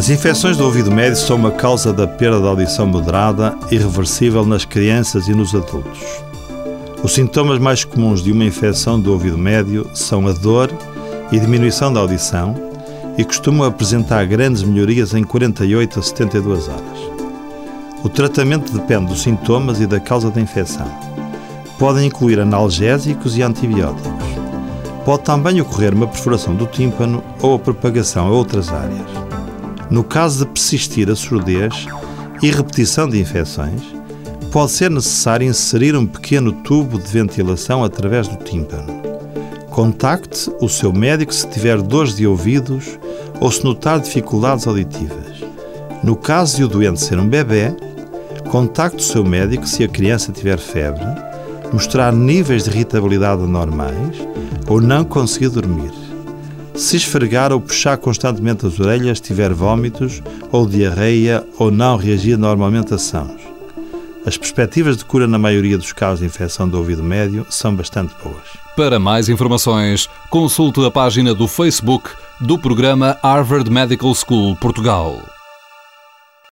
As infecções do ouvido médio são uma causa da perda da audição moderada irreversível nas crianças e nos adultos. Os sintomas mais comuns de uma infecção do ouvido médio são a dor e diminuição da audição e costumam apresentar grandes melhorias em 48 a 72 horas. O tratamento depende dos sintomas e da causa da infecção. Podem incluir analgésicos e antibióticos. Pode também ocorrer uma perfuração do tímpano ou a propagação a outras áreas. No caso de persistir a surdez e repetição de infecções, pode ser necessário inserir um pequeno tubo de ventilação através do tímpano. Contacte o seu médico se tiver dores de ouvidos ou se notar dificuldades auditivas. No caso de o doente ser um bebê, contacte o seu médico se a criança tiver febre, mostrar níveis de irritabilidade anormais ou não conseguir dormir. Se esfregar ou puxar constantemente as orelhas, tiver vômitos ou diarreia ou não reagir normalmente a sons. As perspectivas de cura na maioria dos casos de infecção do ouvido médio são bastante boas. Para mais informações, consulte a página do Facebook do programa Harvard Medical School Portugal.